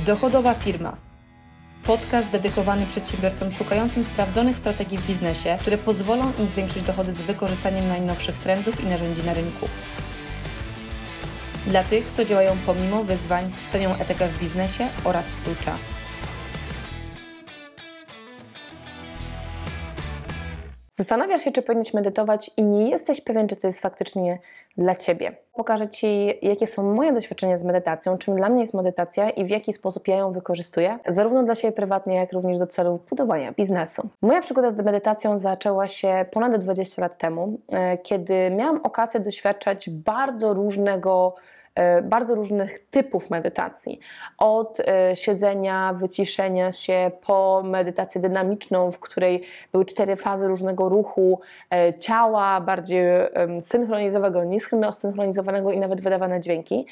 Dochodowa firma. Podcast dedykowany przedsiębiorcom szukającym sprawdzonych strategii w biznesie, które pozwolą im zwiększyć dochody z wykorzystaniem najnowszych trendów i narzędzi na rynku. Dla tych, co działają pomimo wyzwań, cenią etykę w biznesie oraz swój czas. Zastanawiasz się, czy powinieneś medytować i nie jesteś pewien, czy to jest faktycznie dla Ciebie. Pokażę Ci, jakie są moje doświadczenia z medytacją, czym dla mnie jest medytacja i w jaki sposób ja ją wykorzystuję, zarówno dla siebie prywatnie, jak również do celów budowania biznesu. Moja przygoda z medytacją zaczęła się ponad 20 lat temu, kiedy miałam okazję doświadczać bardzo różnych typów medytacji. Od siedzenia, wyciszenia się, po medytację dynamiczną, w której były 4 fazy różnego ruchu ciała, bardziej synchronizowanego, niesynchronizowanego i nawet wydawane dźwięki.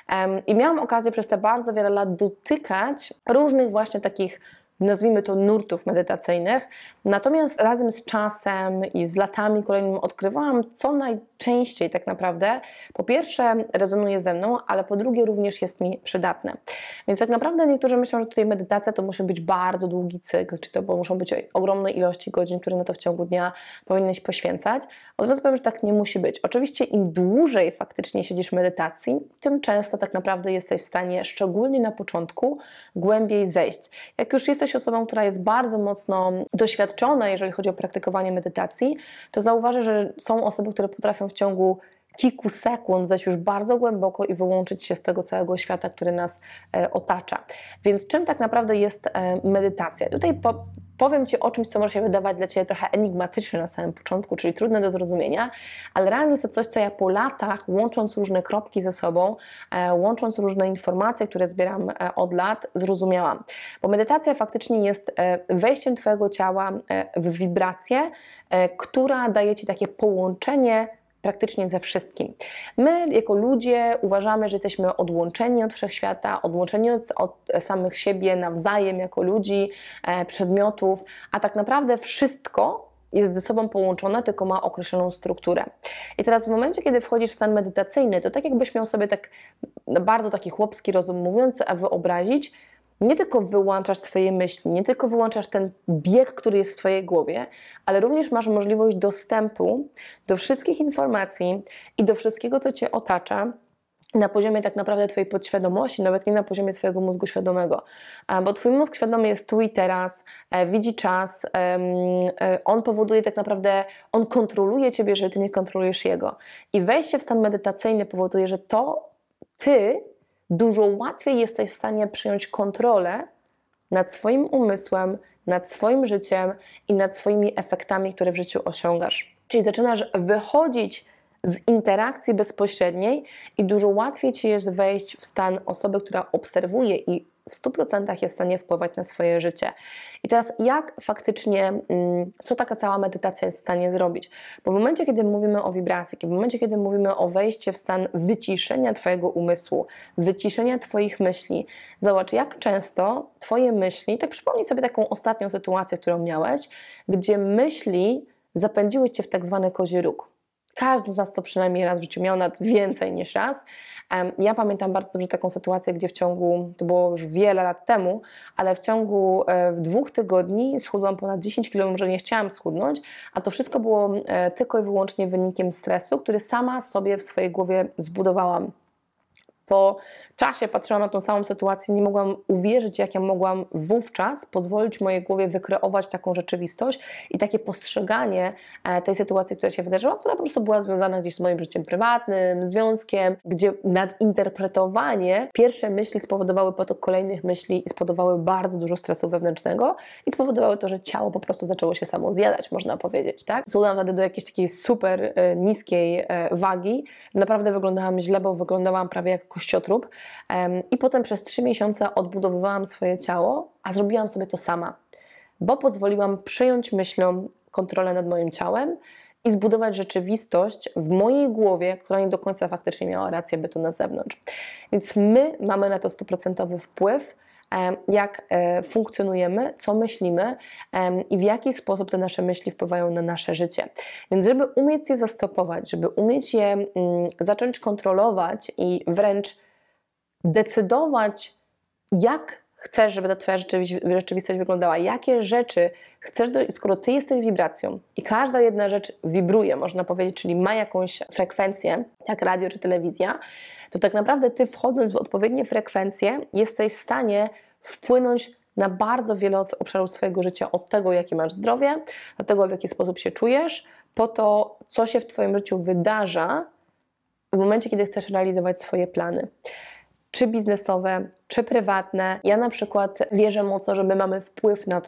I miałam okazję przez te bardzo wiele lat dotykać różnych właśnie takich, nazwijmy to, nurtów medytacyjnych. Natomiast razem z czasem i z latami kolejnymi odkrywałam, co najczęściej tak naprawdę po pierwsze rezonuje ze mną, ale po drugie również jest mi przydatne. Więc tak naprawdę niektórzy myślą, że tutaj medytacja to musi być bardzo długi cykl, czy to muszą być ogromne ilości godzin, które na to w ciągu dnia powinieneś poświęcać. Od razu powiem, że tak nie musi być. Oczywiście im dłużej faktycznie siedzisz w medytacji, tym często tak naprawdę jesteś w stanie, szczególnie na początku, głębiej zejść. Jak już jesteś osobą, która jest bardzo mocno doświadczona, jeżeli chodzi o praktykowanie medytacji, to zauważę, że są osoby, które potrafią w ciągu kilku sekund zejść już bardzo głęboko i wyłączyć się z tego całego świata, który nas otacza. Więc czym tak naprawdę jest medytacja? Tutaj powiem Ci o czymś, co może się wydawać dla Ciebie trochę enigmatyczne na samym początku, czyli trudne do zrozumienia, ale realnie jest to coś, co ja po latach, łącząc różne kropki ze sobą, łącząc różne informacje, które zbieram od lat, zrozumiałam. Bo medytacja faktycznie jest wejściem Twojego ciała w wibrację, która daje Ci takie połączenie praktycznie ze wszystkim. My jako ludzie uważamy, że jesteśmy odłączeni od wszechświata, odłączeni od samych siebie nawzajem jako ludzi, przedmiotów, a tak naprawdę wszystko jest ze sobą połączone, tylko ma określoną strukturę. I teraz w momencie, kiedy wchodzisz w stan medytacyjny, to tak jakbyś miał sobie tak bardzo taki chłopski rozum mówiąc, wyobrazić, nie tylko wyłączasz swoje myśli, nie tylko wyłączasz ten bieg, który jest w Twojej głowie, ale również masz możliwość dostępu do wszystkich informacji i do wszystkiego, co Cię otacza na poziomie tak naprawdę Twojej podświadomości, nawet nie na poziomie Twojego mózgu świadomego. Bo Twój mózg świadomy jest tu i teraz, widzi czas, on powoduje tak naprawdę, on kontroluje Ciebie, jeżeli Ty nie kontrolujesz jego. I wejście w stan medytacyjny powoduje, że to Ty dużo łatwiej jesteś w stanie przyjąć kontrolę nad swoim umysłem, nad swoim życiem i nad swoimi efektami, które w życiu osiągasz. Czyli zaczynasz wychodzić z interakcji bezpośredniej i dużo łatwiej Ci jest wejść w stan osoby, która obserwuje i w 100% jest w stanie wpływać na swoje życie. I teraz jak faktycznie, co taka cała medytacja jest w stanie zrobić? Bo w momencie, kiedy mówimy o wibracji, w momencie, kiedy mówimy o wejściu w stan wyciszenia Twojego umysłu, wyciszenia Twoich myśli, zobacz, jak często Twoje myśli, tak przypomnij sobie taką ostatnią sytuację, którą miałeś, gdzie myśli zapędziły Cię w tak zwany kozi róg. Każdy z nas to przynajmniej raz w życiu miał, nawet więcej niż raz. Ja pamiętam bardzo dobrze taką sytuację, gdzie to było już wiele lat temu, ale w ciągu 2 tygodni schudłam ponad 10 kg, może nie chciałam schudnąć, a to wszystko było tylko i wyłącznie wynikiem stresu, który sama sobie w swojej głowie zbudowałam. Po czasie patrzyłam na tą samą sytuację, nie mogłam uwierzyć, jak ja mogłam wówczas pozwolić mojej głowie wykreować taką rzeczywistość i takie postrzeganie tej sytuacji, która się wydarzyła, która po prostu była związana gdzieś z moim życiem prywatnym, związkiem, gdzie nadinterpretowanie, pierwsze myśli spowodowały potok kolejnych myśli i spowodowały bardzo dużo stresu wewnętrznego i spowodowały to, że ciało po prostu zaczęło się samo zjadać, można powiedzieć, tak? Schudłam wtedy do jakiejś takiej super niskiej wagi, naprawdę wyglądałam źle, bo wyglądałam prawie jak kościotrup i potem przez 3 miesiące odbudowywałam swoje ciało, a zrobiłam sobie to sama, bo pozwoliłam przejąć myślą kontrolę nad moim ciałem i zbudować rzeczywistość w mojej głowie, która nie do końca faktycznie miała rację bytu na zewnątrz. Więc my mamy na to 100% wpływ, jak funkcjonujemy, co myślimy i w jaki sposób te nasze myśli wpływają na nasze życie. Więc żeby umieć je zastopować, żeby umieć je zacząć kontrolować i wręcz decydować, jak chcesz, żeby ta Twoja rzeczywistość wyglądała, jakie rzeczy chcesz, skoro Ty jesteś wibracją i każda jedna rzecz wibruje, można powiedzieć, czyli ma jakąś frekwencję, jak radio czy telewizja, to tak naprawdę Ty, wchodząc w odpowiednie frekwencje, jesteś w stanie wpłynąć na bardzo wiele obszarów swojego życia, od tego, jakie masz zdrowie, do tego, w jaki sposób się czujesz, po to, co się w Twoim życiu wydarza w momencie, kiedy chcesz realizować swoje plany. Czy biznesowe, czy prywatne. Ja na przykład wierzę mocno, że my mamy wpływ na to,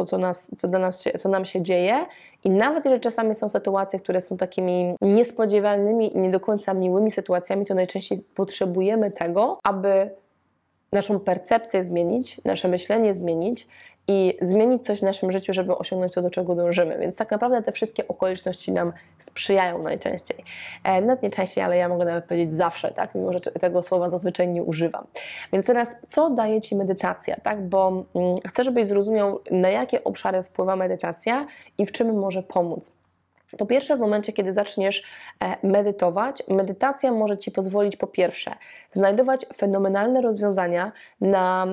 co nam się dzieje i nawet jeżeli czasami są sytuacje, które są takimi niespodziewanymi i nie do końca miłymi sytuacjami, to najczęściej potrzebujemy tego, aby naszą percepcję zmienić, nasze myślenie zmienić i zmienić coś w naszym życiu, żeby osiągnąć to, do czego dążymy. Więc tak naprawdę te wszystkie okoliczności nam sprzyjają najczęściej. Nawet nie częściej, ale ja mogę nawet powiedzieć zawsze, tak? Mimo że tego słowa zazwyczaj nie używam. Więc teraz, co daje Ci medytacja? Tak? Bo chcę, żebyś zrozumiał, na jakie obszary wpływa medytacja i w czym może pomóc. Po pierwsze, w momencie, kiedy zaczniesz medytować, medytacja może Ci pozwolić, po pierwsze, znajdować fenomenalne rozwiązania na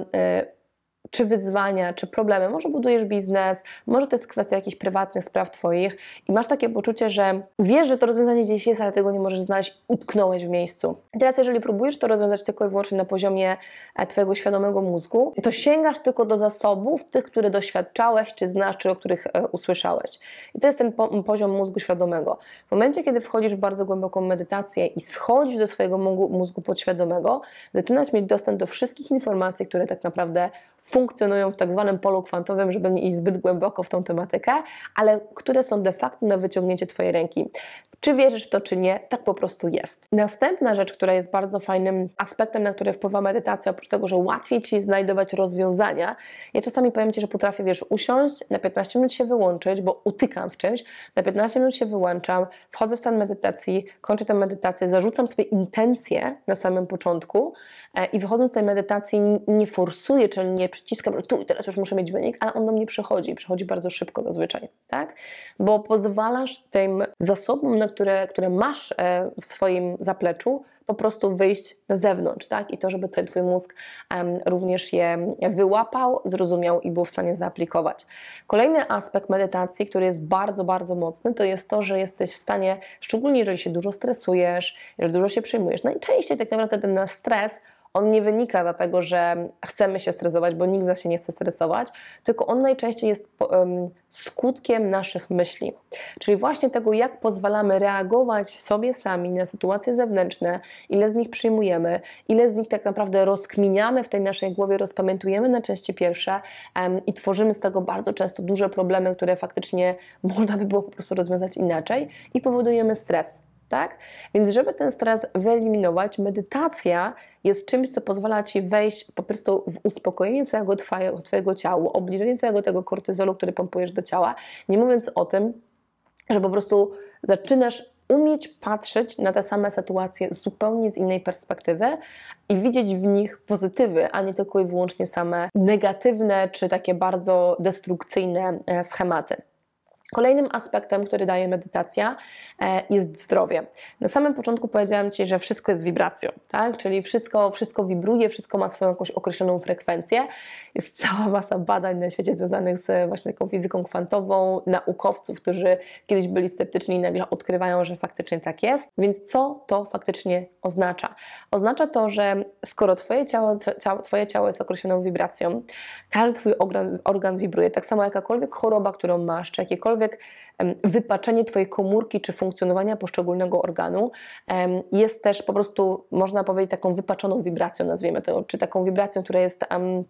czy wyzwania, czy problemy. Może budujesz biznes, może to jest kwestia jakichś prywatnych spraw Twoich i masz takie poczucie, że wiesz, że to rozwiązanie gdzieś jest, ale tego nie możesz znaleźć, utknąłeś w miejscu. I teraz, jeżeli próbujesz to rozwiązać tylko i wyłącznie na poziomie Twojego świadomego mózgu, to sięgasz tylko do zasobów, tych, które doświadczałeś, czy znasz, czy o których usłyszałeś. I to jest ten poziom mózgu świadomego. W momencie, kiedy wchodzisz w bardzo głęboką medytację i schodzisz do swojego mózgu podświadomego, zaczynasz mieć dostęp do wszystkich informacji, które tak naprawdę funkcjonują w tak zwanym polu kwantowym, żeby nie iść zbyt głęboko w tą tematykę, ale które są de facto na wyciągnięcie Twojej ręki. Czy wierzysz w to, czy nie, tak po prostu jest. Następna rzecz, która jest bardzo fajnym aspektem, na który wpływa medytacja, oprócz tego, że łatwiej Ci znajdować rozwiązania, ja czasami powiem Ci, że potrafię, usiąść, na 15 minut się wyłączyć, bo utykam w czymś, na 15 minut się wyłączam, wchodzę w stan medytacji, kończę tę medytację, zarzucam swoje intencje na samym początku i wychodząc z tej medytacji nie forsuję, czyli nie przyciskam, że tu i teraz już muszę mieć wynik, ale on do mnie przychodzi bardzo szybko zazwyczaj, tak? Bo pozwalasz tym zasobom, które masz w swoim zapleczu, po prostu wyjść na zewnątrz, tak? I to, żeby Twój mózg również je wyłapał, zrozumiał i był w stanie zaaplikować. Kolejny aspekt medytacji, który jest bardzo, bardzo mocny, to jest to, że jesteś w stanie, szczególnie jeżeli się dużo stresujesz, jeżeli dużo się przejmujesz, najczęściej tak naprawdę ten nasz stres, on nie wynika dlatego, że chcemy się stresować, bo nikt z nas się nie chce stresować, tylko on najczęściej jest skutkiem naszych myśli. Czyli właśnie tego, jak pozwalamy reagować sobie sami na sytuacje zewnętrzne, ile z nich przyjmujemy, ile z nich tak naprawdę rozkminiamy w tej naszej głowie, rozpamiętujemy na części pierwsze i tworzymy z tego bardzo często duże problemy, które faktycznie można by było po prostu rozwiązać inaczej i powodujemy stres. Tak? Więc żeby ten stres wyeliminować, medytacja jest czymś, co pozwala Ci wejść po prostu w uspokojenie całego Twojego ciała, obniżenie całego tego kortyzolu, który pompujesz do ciała, nie mówiąc o tym, że po prostu zaczynasz umieć patrzeć na te same sytuacje zupełnie z innej perspektywy i widzieć w nich pozytywy, a nie tylko i wyłącznie same negatywne czy takie bardzo destrukcyjne schematy. Kolejnym aspektem, który daje medytacja, jest zdrowie. Na samym początku powiedziałam Ci, że wszystko jest wibracją, tak? Czyli wszystko wibruje, wszystko ma swoją jakąś określoną frekwencję. Jest cała masa badań na świecie związanych z właśnie taką fizyką kwantową, naukowców, którzy kiedyś byli sceptyczni i nagle odkrywają, że faktycznie tak jest. Więc co to faktycznie oznacza? Oznacza to, że skoro Twoje ciało jest określoną wibracją, każdy Twój organ wibruje, tak samo jakakolwiek choroba, którą masz, czy jakiekolwiek wypaczenie Twojej komórki czy funkcjonowania poszczególnego organu jest też po prostu, można powiedzieć, taką wypaczoną wibracją, nazwijmy to, czy taką wibracją, która jest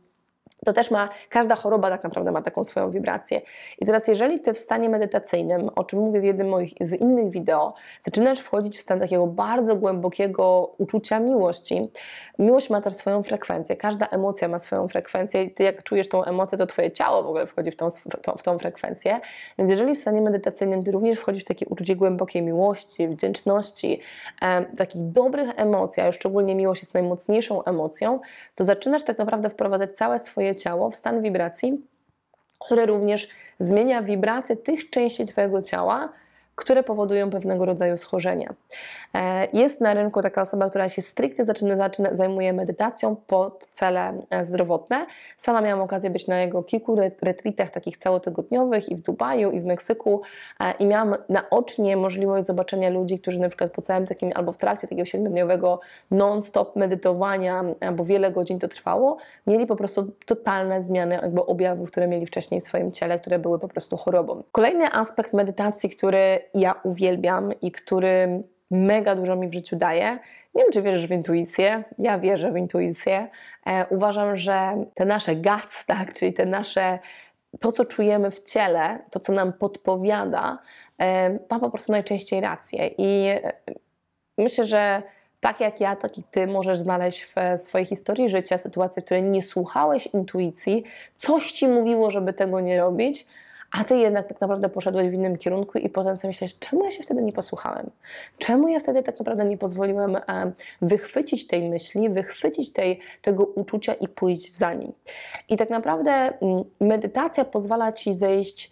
to też każda choroba tak naprawdę ma taką swoją wibrację. I teraz jeżeli Ty w stanie medytacyjnym, o czym mówię w jednym z innych wideo, zaczynasz wchodzić w stan takiego bardzo głębokiego uczucia miłości, miłość ma też swoją frekwencję, każda emocja ma swoją frekwencję i Ty jak czujesz tą emocję, to Twoje ciało w ogóle wchodzi w tą frekwencję, więc jeżeli w stanie medytacyjnym Ty również wchodzisz w takie uczucie głębokiej miłości, wdzięczności, takich dobrych emocji, a już szczególnie miłość jest najmocniejszą emocją, to zaczynasz tak naprawdę wprowadzać całe swoje ciało w stan wibracji, które również zmienia wibrację tych części Twojego ciała, które powodują pewnego rodzaju schorzenia. Jest na rynku taka osoba, która się stricte zajmuje medytacją pod cele zdrowotne. Sama miałam okazję być na jego kilku retreatach takich całotygodniowych i w Dubaju, i w Meksyku i miałam naocznie możliwość zobaczenia ludzi, którzy na przykład po całym takim albo w trakcie takiego 7-dniowego non-stop medytowania, albo wiele godzin to trwało, mieli po prostu totalne zmiany jakby objawów, które mieli wcześniej w swoim ciele, które były po prostu chorobą. Kolejny aspekt medytacji, który ja uwielbiam i który mega dużo mi w życiu daje. Nie wiem, czy wierzysz w intuicję. Ja wierzę w intuicję. Uważam, że te nasze guts, tak, czyli to, co czujemy w ciele, to, co nam podpowiada, ma po prostu najczęściej rację. I myślę, że tak jak ja, tak i ty możesz znaleźć w swojej historii życia sytuacje, w której nie słuchałeś intuicji, coś ci mówiło, żeby tego nie robić, a ty jednak tak naprawdę poszedłeś w innym kierunku i potem sobie myślałeś, czemu ja się wtedy nie posłuchałem? Czemu ja wtedy tak naprawdę nie pozwoliłem wychwycić tej myśli, wychwycić tego uczucia i pójść za nim? I tak naprawdę medytacja pozwala ci zejść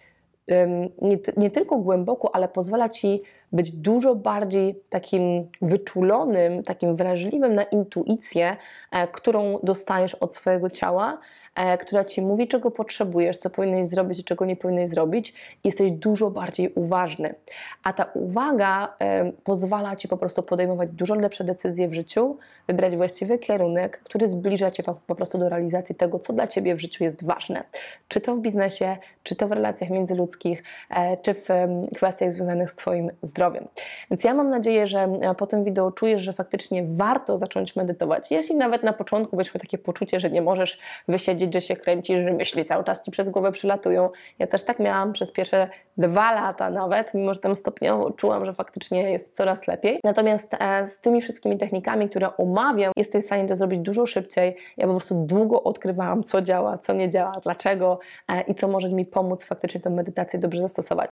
nie tylko głęboko, ale pozwala ci być dużo bardziej takim wyczulonym, takim wrażliwym na intuicję, którą dostajesz od swojego ciała, która ci mówi, czego potrzebujesz, co powinieneś zrobić i czego nie powinieneś zrobić. Jesteś dużo bardziej uważny. A ta uwaga pozwala ci po prostu podejmować dużo lepsze decyzje w życiu, wybrać właściwy kierunek, który zbliża cię po prostu do realizacji tego, co dla ciebie w życiu jest ważne. Czy to w biznesie, czy to w relacjach międzyludzkich, czy w kwestiach związanych z twoim zdrowiem. Więc ja mam nadzieję, że po tym wideo czujesz, że faktycznie warto zacząć medytować. Jeśli nawet na początku będziesz miał takie poczucie, że nie możesz wysiedzieć, że się kręcisz, że myśli cały czas ci przez głowę przylatują. Ja też tak miałam przez pierwsze 2 lata nawet, mimo że tam stopniowo czułam, że faktycznie jest coraz lepiej. Natomiast z tymi wszystkimi technikami, które omawiam, jesteś w stanie to zrobić dużo szybciej. Ja po prostu długo odkrywałam, co działa, co nie działa, dlaczego i co może mi pomóc faktycznie tę medytację dobrze zastosować.